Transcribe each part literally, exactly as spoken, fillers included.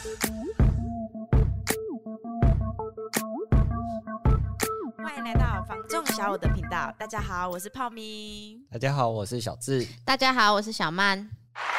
欢迎来到房仲小五的频道，大家好，我是泡咪。 大家好，我是小智。 大家好，我是小曼。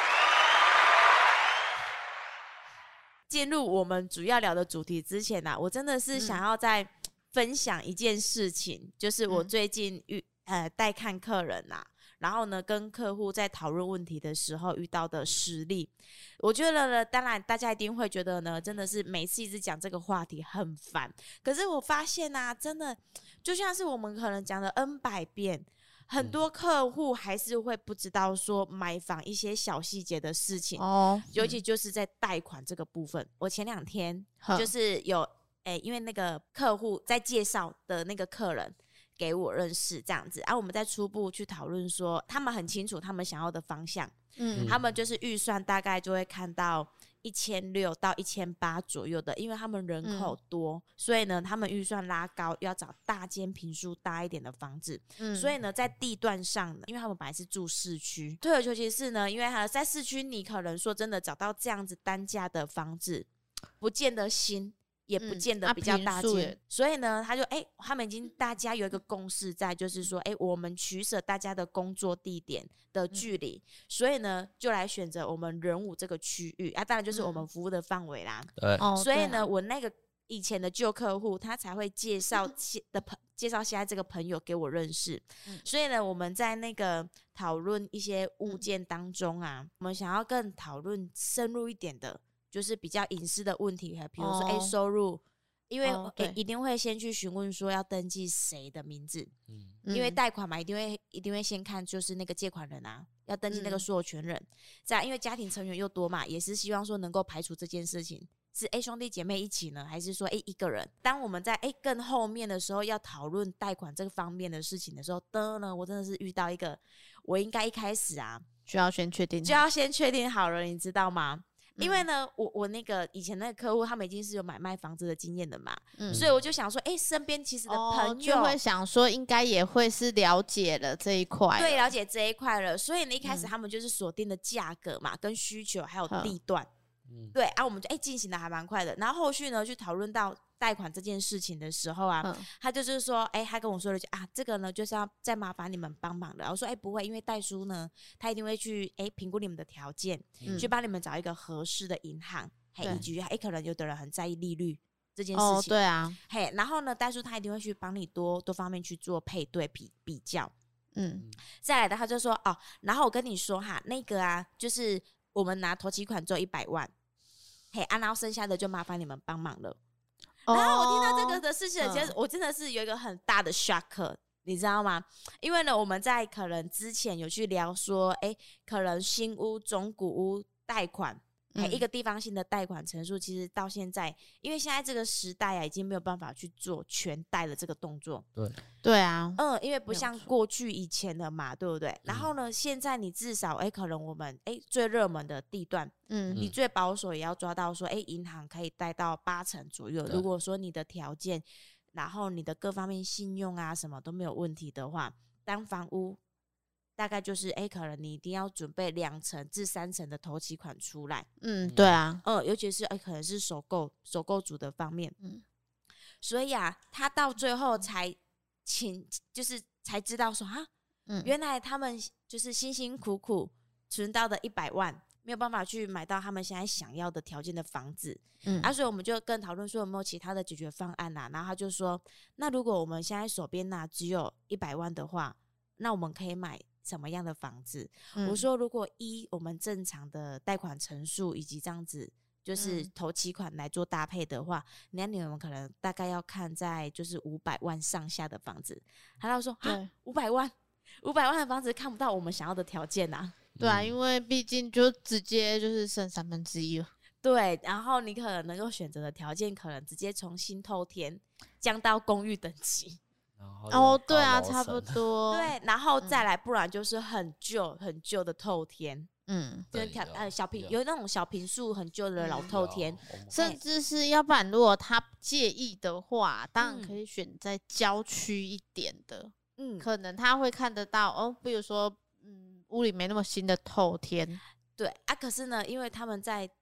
进入我们主要聊的主题之前啊，我真的是想要再分享一件事情，嗯、就是我最近遇呃带看客人啊，然后呢跟客户在讨论问题的时候遇到的实例。我觉得呢，当然大家一定会觉得呢，真的是每次一直讲这个话题很烦。可是我发现啊，真的就像是我们可能讲了 N 百遍。很多客户还是会不知道说买房一些小细节的事情、哦、尤其就是在贷款这个部分。我前两天就是有诶、欸，因为那个客户在介绍的那个客人给我认识这样子，然后、啊、我们在初步去讨论说他们很清楚他们想要的方向，嗯，他们就是预算大概就会看到一千六到一千八左右的，因为他们人口多、嗯、所以呢他们预算拉高，要找大间坪数大一点的房子、嗯、所以呢在地段上呢，因为他们本来是住市区，退而求其次呢，因为在市区你可能说真的找到这样子单价的房子不见得新，也不见得比较大间、嗯啊、所以呢他就哎、欸，他们已经大家有一个共识在，就是说哎、欸，我们取舍大家的工作地点的距离、嗯、所以呢就来选择我们仁武这个区域啊，当然就是我们服务的范围啦、嗯、对，所以呢我那个以前的旧客户他才会介绍的朋介绍现在这个朋友给我认识、嗯、所以呢我们在那个讨论一些物件当中啊、嗯、我们想要更讨论深入一点的，就是比较隐私的问题，比如说哎、oh. 欸、收入，因为、oh, 欸、一定会先去询问说要登记谁的名字，嗯，因为贷款嘛，一定会一定会先看就是那个借款人啊，要登记那个所有权人，嗯、再来因为家庭成员又多嘛，也是希望说能够排除这件事情，是哎、欸、兄弟姐妹一起呢，还是说哎、欸、一个人？当我们在哎、欸、更后面的时候要讨论贷款这个方面的事情的时候，的呢，我真的是遇到一个，我应该一开始啊就要先确定， 就要先确定好了，你知道吗？因为呢我我那个以前那个客户他们已经是有买卖房子的经验的嘛、嗯、所以我就想说哎、欸，身边其实的朋友、哦、 就会想说应该也会是了解了这一块， 对，了解这一块了，所以呢一开始他们就是锁定的价格嘛、嗯、跟需求还有地段、嗯、对啊，我们就哎进行的还蛮快的，然后后续呢去讨论到贷款这件事情的时候啊、嗯、他就是说哎、欸，他跟我说了句啊，这个呢就是要再麻烦你们帮忙了。我说哎、欸、不会，因为代书呢他一定会去哎评估你们的条件、嗯、去帮你们找一个合适的银行，嘿，以及哎、欸、可能有的人很在意利率这件事情，哦对啊， 嘿，然后呢代书他一定会去帮你多多方面去做配对比比较，嗯，再来的他就说哦，然后我跟你说哈，那个啊就是我们拿头期款做一百万，嘿啊，然后剩下的就麻烦你们帮忙了。然后我听到这个的事情的，其实我真的是有一个很大的 shock， 你知道吗？因为呢，我们在可能之前有去聊说，哎，可能新屋、中古屋贷款，嗯、一个地方性的贷款成数，其实到现在，因为现在这个时代啊，已经没有办法去做全贷的这个动作。 对对啊， 嗯，因为不像过去以前的嘛，对不对？然后呢，现在你至少，哎，可能我们哎最热门的地段。嗯，你最保守也要抓到说，哎、欸，银行可以贷到八成左右。如果说你的条件，然后你的各方面信用啊什么都没有问题的话，单房屋大概就是，哎、欸，可能你一定要准备两成至三成的头期款出来。 嗯，对啊， 嗯，尤其是哎、欸，可能是首购首购族的方面。嗯，所以啊，他到最后才请，就是才知道说啊，嗯，原来他们就是辛辛苦苦存到的一百万。没有办法去买到他们现在想要的条件的房子，嗯，啊，所以我们就跟讨论说有没有其他的解决方案啊，然后他就说，那如果我们现在手边呢只有一百万的话，那我们可以买什么样的房子？嗯、我说如果依我们正常的贷款成数以及这样子就是头期款来做搭配的话，那、嗯、你们可能大概要看在就是五百万上下的房子。他就说啊，五百万，五百万的房子看不到我们想要的条件啊。 对啊，因为毕竟就直接就是剩三分之一了。 对，然后你可能能够选择的条件，可能直接从新透天降到公寓等级。 哦，对啊，差不多。 对，然后再来，不然就是很旧、很旧的透天。嗯，就是条呃小平有那种小平数很旧的老透天， 嗯、甚至是要不然如果他介意的话，当然可以选在郊区一点的。嗯，可能他会看得到哦，比如说。屋里没那么新的透天， 对啊，可是呢，因为他们在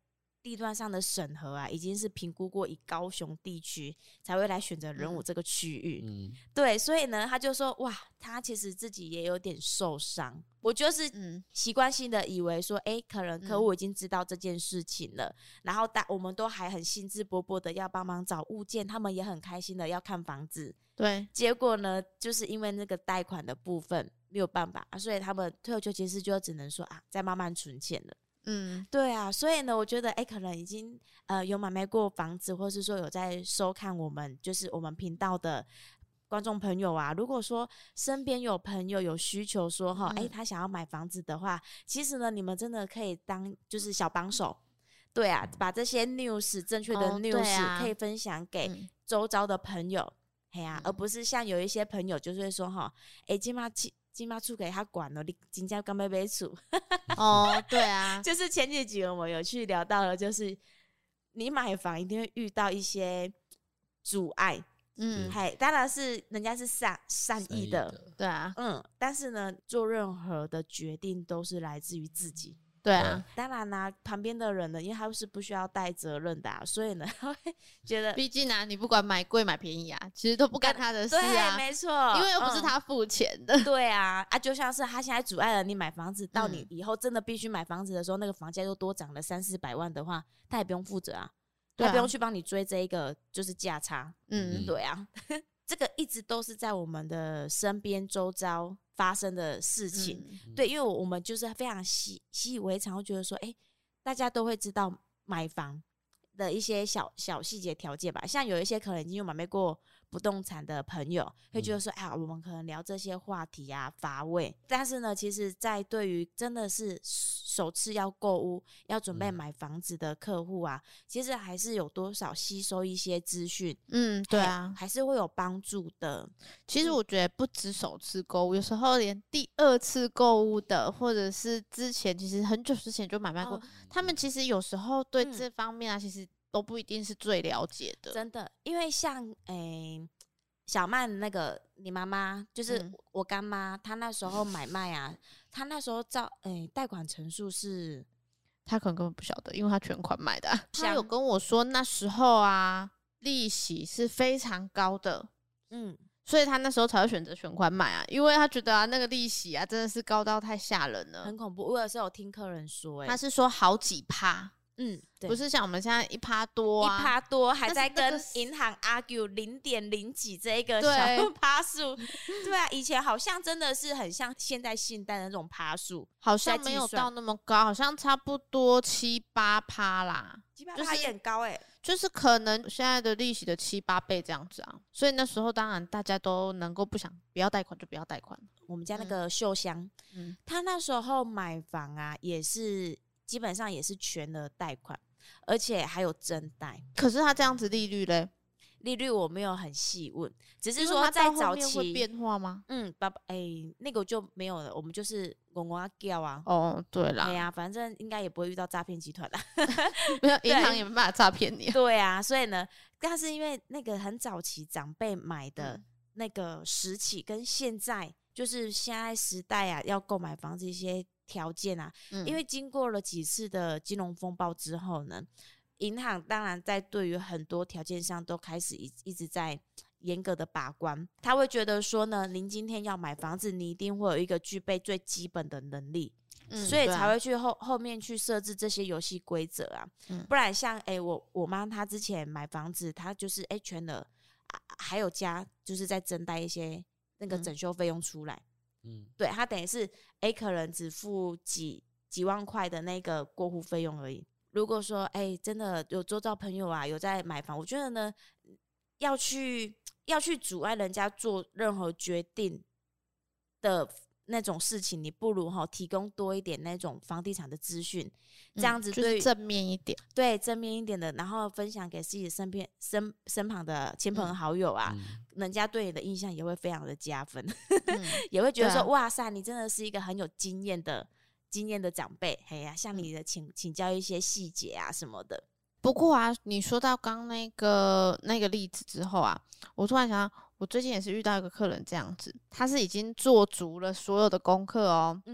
地段上的审核啊，已经是评估过以高雄地区才会来选择仁武这个区域。嗯，对，所以呢，他就说哇，他其实自己也有点受伤。我就是习惯性的以为说，哎、欸，可能客户已经知道这件事情了，嗯、然后大我们都还很兴致勃勃的要帮忙找物件，他们也很开心的要看房子。 对， 结果呢，就是因为那个贷款的部分没有办法，所以他们退而求其次，就只能说啊，再慢慢存钱了。嗯，对啊，所以呢，我觉得哎、欸，可能已经呃有买卖过房子，或是说有在收看我们就是我们频道的观众朋友啊，如果说身边有朋友有需求说哈，哎、嗯欸，他想要买房子的话，其实呢，你们真的可以当就是小帮手。对啊，把这些 news 正确的 news、哦啊、可以分享给周遭的朋友，嘿啊，嗯、而不是像有一些朋友就是会说哈，哎、欸，今嘛今嘛出给他管了，你真正刚要买厝。 哦，对啊， 就是前几集我们有去聊到了，就是你买房一定会遇到一些阻碍，嗯，嘿，当然是人家是善善意的， 对啊， 嗯，但是呢，做任何的决定都是来自于自己。 对啊， 当然啦、啊，旁边的人呢，因为他是不需要带责任的、啊，所以呢，他会觉得， 毕竟啊，你不管买贵买便宜啊，其实都不干他的事啊， 对，没错， 因为又不是他付钱的。 嗯、对啊，啊，就像是他现在阻碍了你买房子，到你以后真的必须买房子的时候，嗯、那个房价又多涨了三四百万的话，他也不用负责啊，他不用去帮你追这一个就是价差。嗯，对啊，这个一直都是在我们的身边周遭发生的事情。嗯、对，因为我们就是非常习习以为常，会觉得说，哎、欸，大家都会知道买房的一些小小细节条件吧。像有一些可能已经有买卖过不动产的朋友，会觉得说，哎呀，我们可能聊这些话题啊乏味。但是呢，其实在对于真的是首次要购屋、要准备买房子的客户啊，嗯、其实还是有多少吸收一些资讯， 嗯，对啊， 还是会有帮助的。 其实我觉得不止首次购屋，有时候连第二次购屋的，或者是之前其实很久之前就买卖过，哦、他们其实有时候对这方面啊，嗯、其实都不一定是最了解的。 真的，因为像诶、欸、小曼那个你妈妈，就是我干妈，嗯、她那时候买卖啊，她那时候照诶贷款成数是， 她可能根本不晓得，因为她全款买的、啊。她有跟我说那时候啊，利息是非常高的，嗯。所以他那时候才会选择全款买啊，因为他觉得啊，那个利息啊真的是高到太吓人了， 很恐怖。我有时候有听客人说、欸， 他是说好几趴， 嗯， 不是像我们现在一趴多啊， 一趴多还在跟银行 argue 零点零几这一个小趴数，对啊，以前好像真的是很像现在信贷的那种趴数， 好像没有到那么高，好像差不多七八趴啦， 七八趴也很高哎、欸。 就是可能现在的利息的七八倍这样子啊，所以那时候当然大家都能够不想不要贷款就不要贷款。 我们家那个秀香，嗯，他那时候买房啊，也是基本上也是全额贷款，而且还有真贷。 可是他这样子利率嘞？ 利率我没有很细问，只是说在早期会变化吗？ 嗯，爸爸，哎、欸，那个就没有了，我们就是公公啊叫啊。 哦，对啦， 对呀、啊，反正应该也不会遇到诈骗集团啦。 没有，银行也没办法诈骗你。 对啊，所以呢，但是因为那个很早期长辈买的那个时期，跟现在就是现在时代啊，要购买房子一些条件啊，嗯、因为经过了几次的金融风暴之后呢。银行当然在对于很多条件上都开始一一直在严格的把关，他会觉得说呢，您今天要买房子，你一定会有一个具备最基本的能力，嗯、所以才会去后后面去设置这些游戏规则啊，嗯、不然像哎、欸、我我妈她之前买房子，她就是哎、欸、全了、啊，还有加就是在增贷一些那个整修费用出来，嗯，对，她等于是哎、欸、可能只付几几万块的那个过户费用而已。如果说哎、欸，真的有周遭朋友啊有在买房，我觉得呢，要去要去阻碍人家做任何决定的那种事情，你不如哈提供多一点那种房地产的资讯，这样子对、 嗯就是、正面一点， 对正面一点的，然后分享给自己身边身身旁的亲朋好友啊，嗯、人家对你的印象也会非常的加分，嗯、也会觉得说、啊、哇塞，你真的是一个很有经验的。经验的长辈，嘿呀、啊，向你的请请教一些细节啊什么的。 不过啊，你说到刚那个那个例子之后啊，我突然想到，我最近也是遇到一个客人这样子，他是已经做足了所有的功课哦，嗯，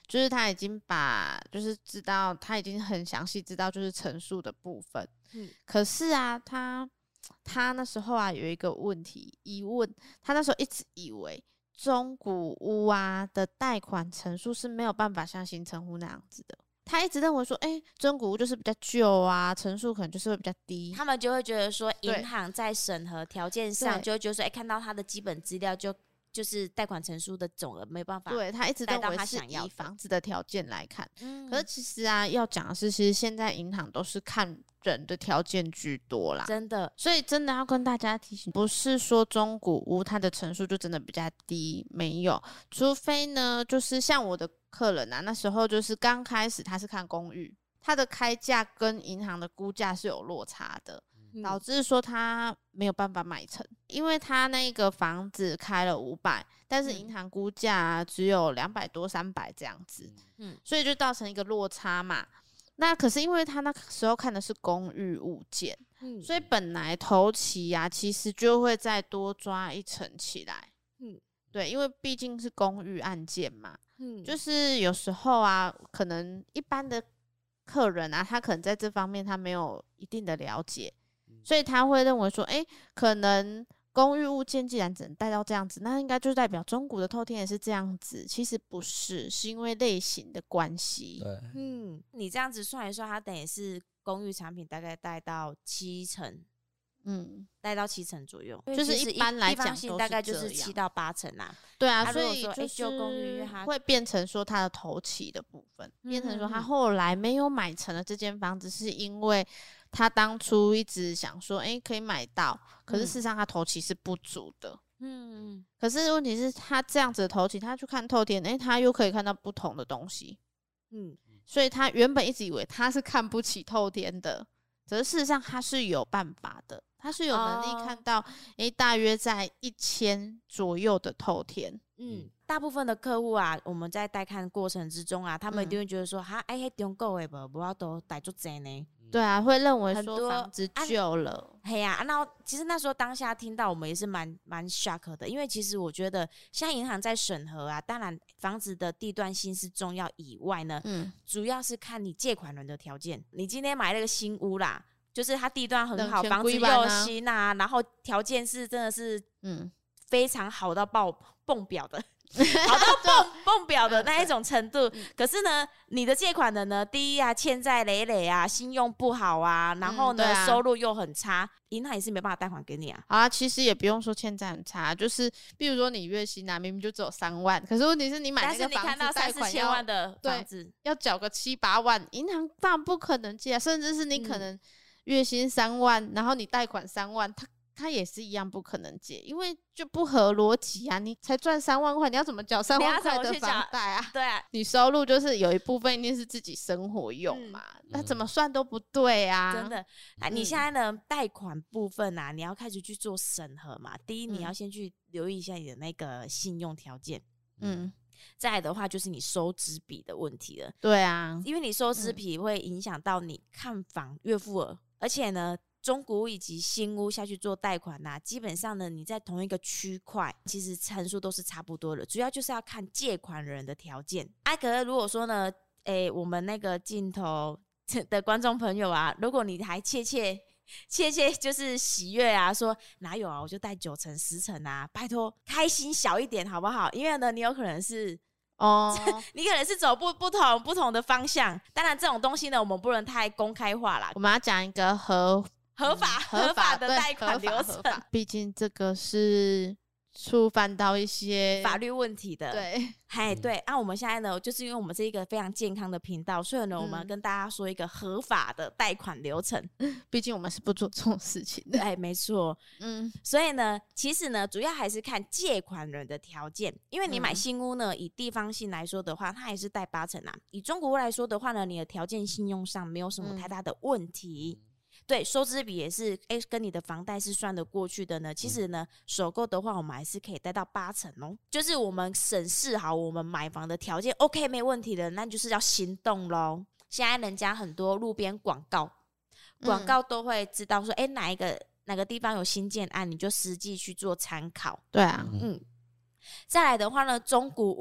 就是他已经把就是知道他已经很详细知道就是陈述的部分，嗯，可是啊他他那时候啊有一个问题疑问，他那时候一直以为中古屋啊的贷款陈述是没有办法像新成屋那样子的。他一直认为说，哎、欸，中古屋就是比较旧啊，成数可能就是会比较低， 他们就会觉得说，银行在审核条件上就会觉得说，哎、欸，看到他的基本资料就就是贷款成数的总额没办法， 对他一直认为是以房子的条件来看，嗯，可是其实啊，要讲的是，其实现在银行都是看人的条件居多啦， 真的， 所以真的要跟大家提醒，不是说中古屋它的成数就真的比较低，没有，除非呢，就是像我的客人啊，那时候就是刚开始他是看公寓，他的开价跟银行的估价是有落差的，嗯、导致说他没有办法买成，因为他那个房子开了五百，但是银行估价、啊、只有两百多三百这样子，嗯，所以就造成一个落差嘛。那可是因为他那时候看的是公寓物件，嗯，所以本来头期啊其实就会再多抓一层起来，嗯，对，因为毕竟是公寓案件嘛，嗯，就是有时候啊可能一般的客人啊他可能在这方面他没有一定的了解，所以他会认为说，哎、欸，可能公寓物件既然只能贷到这样子，那应该就代表中古的透天也是这样子，其实不是，是因为类型的关系。 对， 嗯，你这样子算一算，它等于是公寓产品大概贷到七成，嗯，贷到七成左右， 就是一般来讲性大概就是七到八成啊。 对啊， 啊所以就是会变成说它的头期的部分，嗯、变成说他后来没有买成了这间房子，是因为他当初一直想说，哎、欸，可以买到，可是事实上他头期是不足的。嗯，可是问题是，他这样子的头期，他去看透天，哎、欸，他又可以看到不同的东西。嗯，所以他原本一直以为他是看不起透天的，可是事实上他是有办法的，他是有能力看到，哎、欸，大约在一千左右的透天。 嗯，大部分的客户啊，我们在带看过程之中啊，他们一定会觉得说，哈、嗯，哎，中古的不，不要都贷足济呢。 对啊，会认为说房子旧了。 嘿呀、啊，那、啊、其实那时候当下听到，我们也是蛮蛮 shock 的，因为其实我觉得，像银行在审核啊，当然房子的地段性是重要以外呢，嗯，主要是看你借款人的条件。你今天买了个新屋啦，就是它地段很好，房子又新啊，然后条件是真的是嗯非常好到爆蹦表的。好到蹦蹦表的那一种程度，可是呢，你的借款人呢，第一啊，欠债累累啊，信用不好啊，然后呢，嗯啊、收入又很差，银行也是没办法贷款给你啊。 好啊，其实也不用说欠债很差，就是比如说你月薪啊，明明就只有三万，可是问题是你买那个房子，但是你看到三四千万的房子， 要缴个七八万，银行当然不可能借啊，甚至是你可能月薪三万，嗯、然后你贷款三万，他。他也是一样不可能借，因为就不合逻辑啊！你才赚三万块，你要怎么缴三万块的房贷啊？ 对啊， 你收入就是有一部分一定是自己生活用嘛，那、嗯、怎么算都不对啊！ 真的，那你现在呢？贷款部分啊，你要开始去做审核嘛。第一，你要先去留意一下你的那个信用条件，嗯，再来的话就是你收支比的问题了。 对啊， 因为你收支比会影响到你看房月付额，而且呢。中古屋以及新屋下去做贷款呐、啊，基本上呢，你在同一个区块，其实参数都是差不多的，主要就是要看借款人的条件。啊，可是如果说呢，诶，我们那个镜头的观众朋友啊，如果你还切切切切就是喜悦啊，说哪有啊，我就贷九成十成啊，拜托开心小一点好不好？因为呢，你有可能是。哦，你可能是走不不同不同的方向，当然这种东西呢，我们不能太公开化啦。 我们要讲一个合合法、嗯、合法的贷款流程， 毕竟这个是触犯到一些法律问题的。 对， 嘿，对。那、啊、我们现在呢，就是因为我们是一个非常健康的频道，所以呢，我们要跟大家说一个合法的贷款流程。 毕竟我们是不做这种事情的。 哎，没错。嗯，所以呢，其实呢，主要还是看借款人的条件。因为你买新屋呢，嗯、以地方性来说的话，它也是贷八成啊。以中古屋来说的话呢，你的条件信用上没有什么太大的问题。嗯对，收支比也是，哎，跟你的房贷是算得过去的呢。其实呢，首购的话，我们还是可以贷到八成哦。就是我们审视好我们买房的条件 ，OK 没问题的，那就是要行动咯。现在人家很多路边广告，广告都会知道说，哎、嗯，哪一个哪个地方有新建案，你就实际去做参考。 对啊， 嗯。再来的话呢，中古屋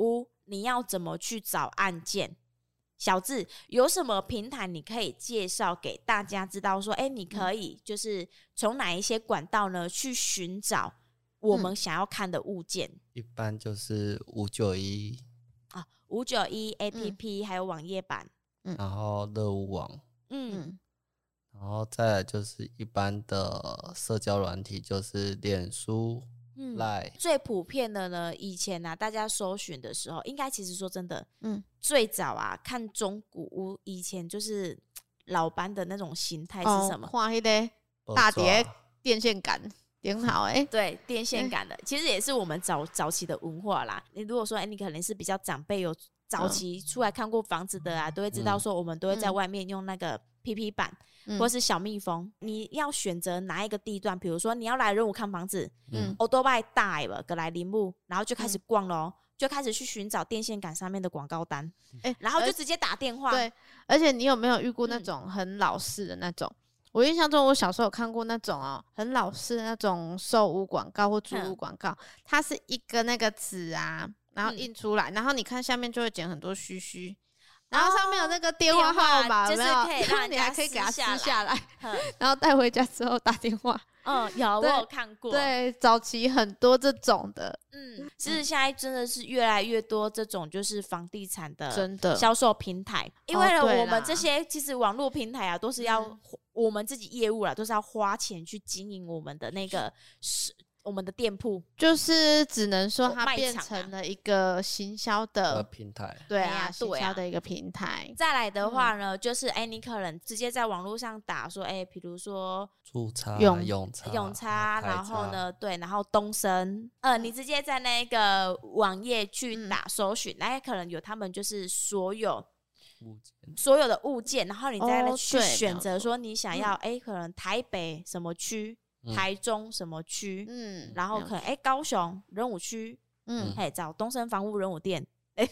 你要怎么去找案件？小智有什么平台你可以介绍给大家知道说，哎、欸，你可以就是从哪一些管道呢去寻找我们想要看的物件？嗯、 一般就是五九一啊，五九一 A P P、嗯、还有网页版， 嗯、然后乐屋网， 嗯， 然后再来就是一般的社交软体，就是脸书。 嗯，最普遍的呢，以前啊，大家搜寻的时候，应该其实说真的，嗯，最早啊看中古屋，以前就是老班的那种形态是什么？ 画一个大碟电线杆，挺好哎、欸。 对，电线杆的，欸、其实也是我们早早期的文化啦。你如果说，哎、欸，你可能是比较长辈有早期出来看过房子的啊，嗯、都会知道说，我们都会在外面用那个 P P 板。嗯、或是小蜜蜂，你要选择哪一个地段？比如说你要来仁武看房子，嗯，欧多拜大了，格来林木，然后就开始逛咯、嗯、就开始去寻找电线杆上面的广告单，欸、然后就直接打电话。 对，而且你有没有遇过那种很老式的那种？嗯、我印象中，我小时候有看过那种哦，很老式的那种售屋广告或租屋广告，嗯、它是一个那个纸啊，然后印出来，嗯、然后你看下面就会剪很多须须。然后上面有那个电话号码， 就是可以让你还可以给它撕下来， 嗯、 然后带回家之后打电话。 嗯，有我有看过。 对，早期很多这种的。 嗯，其实现在真的是越来越多这种就是房地产的真的销售平台，因为呢，哦、我们这些其实网络平台啊，都是要、嗯、我们自己业务啦，都是要花钱去经营我们的那个是。我们的店铺就是只能说它变成了一个行销的平台， 对啊，行销的一个平台。 再来的话呢，嗯、就是哎、欸，你可能直接在网络上打说，哎、欸，比如说驻差、 永永差、 永差，然后呢，对，然后东升，呃，你直接在那个网页去打搜寻，那、嗯、可能有他们就是所有物件， 所有的物件，然后你再去选择说你想要，哎、欸，可能台北什么区。台中什么区？嗯，然后可能哎、欸，高雄仁武区，嗯，嘿，找东升房屋仁武店，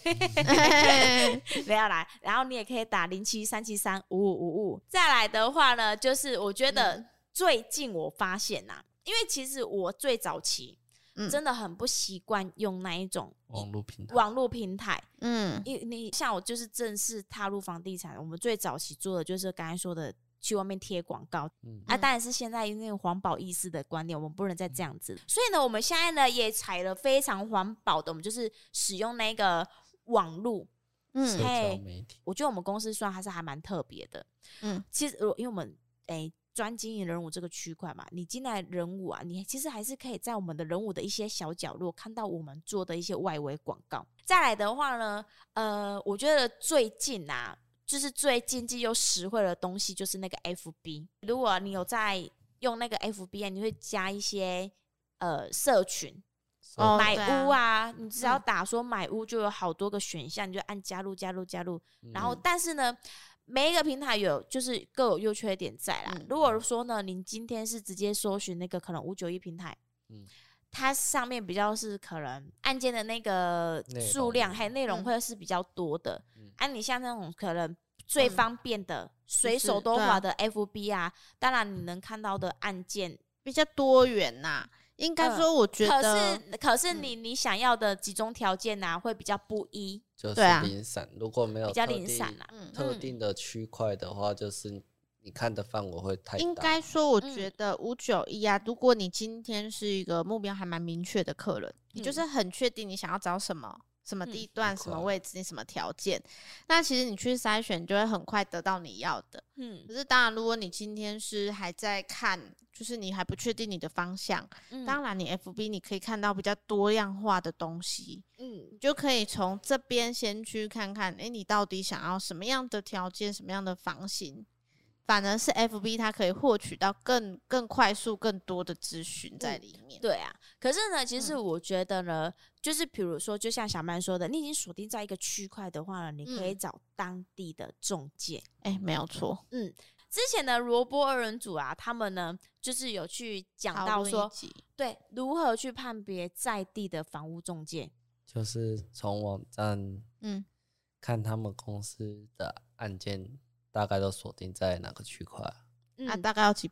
不要来。然后你也可以打零七三七三五五五五。再来的话呢，就是我觉得最近我发现呐、啊，因为其实我最早期、嗯、真的很不习惯用那一种网络平台， 网络平台，嗯，你你像我就是正式踏入房地产，我们最早期做的就是刚才说的。去外面贴广告、嗯、啊，当然是现在因为环保意识的观念，我们不能再这样子。所以呢，我们现在呢也采了非常环保的，我们就是使用那个网路， 嗯，社交媒体。 我觉得我们公司算还是还蛮特别的，嗯，其实因为我们诶专经营仁武这个区块嘛，你进来仁武啊，你其实还是可以在我们的仁武的一些小角落看到我们做的一些外围广告。再来的话呢，呃，我觉得最近啊。就是最经济又实惠的东西，就是那个 F B。如果你有在用那个 F B 啊，你会加一些呃社群、哦、买屋啊，啊你只要打说买屋，就有好多个选项，你就按加入、加入、加入。嗯、然后，但是呢，每一个平台有就是各有优缺点在啦。嗯、如果说呢，你今天是直接搜寻那个可能五九一平台，嗯。它上面比较是可能案件的那个数量还有内容会是比较多的，嗯、啊，你像那种可能最方便的随、嗯、手都滑的 F B 啊，啊当然你能看到的案件比较多元呐、啊。应该说，我觉得， 可是可是你、嗯、你想要的几种条件呐、啊，会比较不一， 就是零散。如果没有比较零散啦、 啊，特定的区块的话，就是你看的范围会太大。 应该说，我觉得五九一啊，如果你今天是一个目标还蛮明确的客人，嗯、你就是很确定你想要找什么。什么地段、嗯、什么位置、你什么条件，那其实你去筛选，就会很快得到你要的。嗯，可是当然，如果你今天是还在看，就是你还不确定你的方向，嗯、当然你 F B 你可以看到比较多样化的东西，嗯，你就可以从这边先去看看，哎，你到底想要什么样的条件、什么样的房型。反而是 F B 它可以获取到更更快速更多的资讯在里面、 嗯、对啊，可是呢其实我觉得呢、嗯、就是比如说就像小曼说的，你已经锁定在一个区块的话呢，你可以找当地的仲介。 哎、嗯欸，没有错。 嗯，之前的罗波二人组啊，他们呢就是有去讲到说对如何去判别在地的房屋仲介， 就是从网站嗯看他们公司的案件大概都锁定在哪个区块？ 嗯，啊，大概要几趴？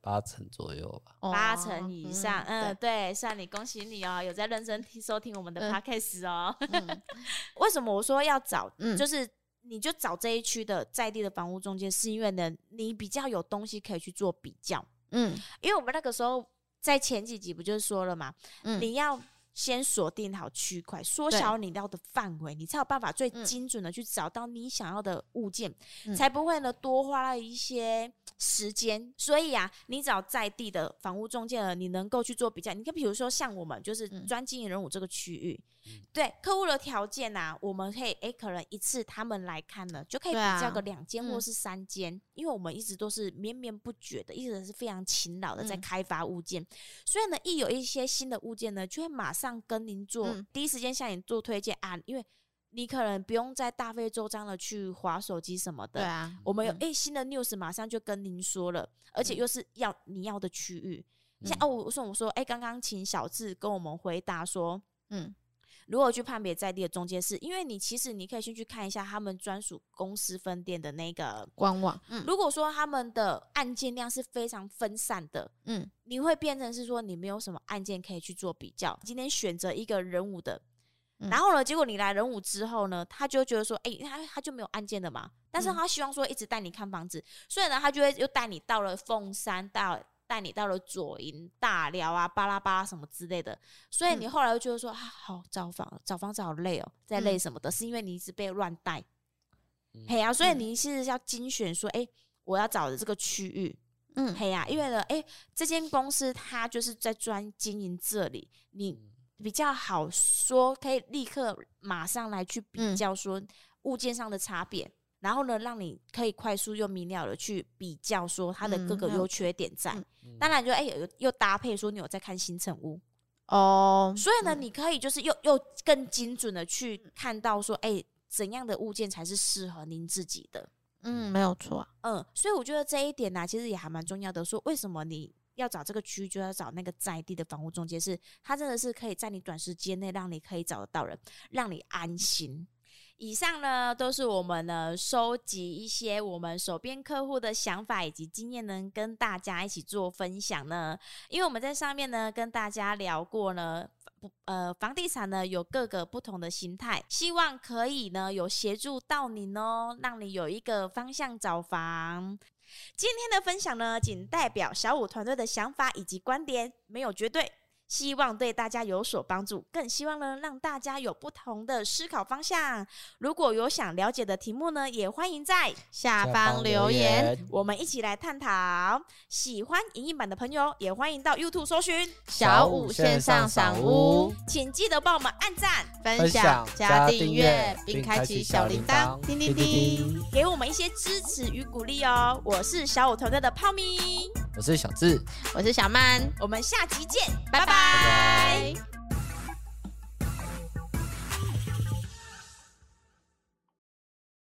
八成左右吧， 八成以上。嗯，嗯对，算你，恭喜你哦，有在认真听收听我们的 podcast 哦。嗯、为什么我说要找，嗯、就是你就找这一区的在地的房屋中介，是因为呢，你比较有东西可以去做比较。嗯，因为我们那个时候在前几集不就是说了嘛，嗯、你要先锁定好区块，缩小你要的范围，你才有办法最精准的去找到你想要的物件，嗯、才不会呢多花了一些时间。所以啊，你找在地的房屋中介了，你能够去做比较。你看，比如说像我们就是专经营仁武这个区域，嗯、对客户的条件啊，我们可以哎，可能一次他们来看呢，就可以比较个两间或是三间，嗯、因为我们一直都是绵绵不绝的，一直是非常勤劳的在开发物件，嗯、所以呢，一有一些新的物件呢，就会马上跟您做、嗯、第一时间向你做推荐啊，因为你可能不用再大费周章的去滑手机什么的。 对啊， 我们有哎、嗯欸、新的 news 马上就跟您说了，而且又是要你要的区域。嗯、像哦，我说我说哎，刚刚请小智跟我们回答说，嗯，如何去判别在地的中介是，因为你其实你可以先去看一下他们专属公司分店的那个官网。 嗯，如果说他们的案件量是非常分散的，嗯，你会变成是说你没有什么案件可以去做比较。今天选择一个仁武的。然后呢，结果你来仁武之后呢，他就觉得说，哎、欸，他他就没有案件的嘛，但是他希望说一直带你看房子，嗯、所以呢，他就会又带你到了凤山，到带你到了左营、大寮啊、巴拉巴拉什么之类的，所以你后来就觉得说，啊，好找房找房子好累哦，在累什么的，嗯、是因为你一直被乱带，嘿、嗯、啊，所以你是要精选说，哎、欸，我要找的这个区域，嗯，嘿啊，因为呢，哎、欸，这间公司它就是在专经营这里，你。嗯比较好说，可以立刻马上来去比较说物件上的差别，嗯、然后呢，让你可以快速又明了的去比较说它的各个优缺点在。嗯、当然就，就、欸、哎又搭配说你有在看新成屋哦，所以呢，嗯、你可以就是又又更精准的去看到说，哎、欸，怎样的物件才是适合您自己的。 嗯，没有错、啊。 嗯，所以我觉得这一点呢、啊，其实也还蛮重要的。说为什么你要找这个区，就要找那个在地的房屋中介，是他真的是可以在你短时间内让你可以找得到人，让你安心。以上呢都是我们呢收集一些我们手边客户的想法以及经验呢，跟大家一起做分享呢。因为我们在上面呢跟大家聊过呢。呃，房地产呢有各个不同的形态，希望可以呢有协助到你哦，让你有一个方向找房。今天的分享呢，仅代表小武团队的想法以及观点，没有绝对，希望对大家有所帮助，更希望呢让大家有不同的思考方向。如果有想了解的题目呢，也欢迎在下方留言，我们一起来探讨。喜欢影音版的朋友，也欢迎到 YouTube 搜寻小武线上赏屋， 请记得帮我们按赞、 分享、加订阅，并开启小铃铛，叮叮叮， 给我们一些支持与鼓励哦。我是小武团队的泡咪， 我是小智， 我是小曼， 我们下集见，拜拜。 拜拜。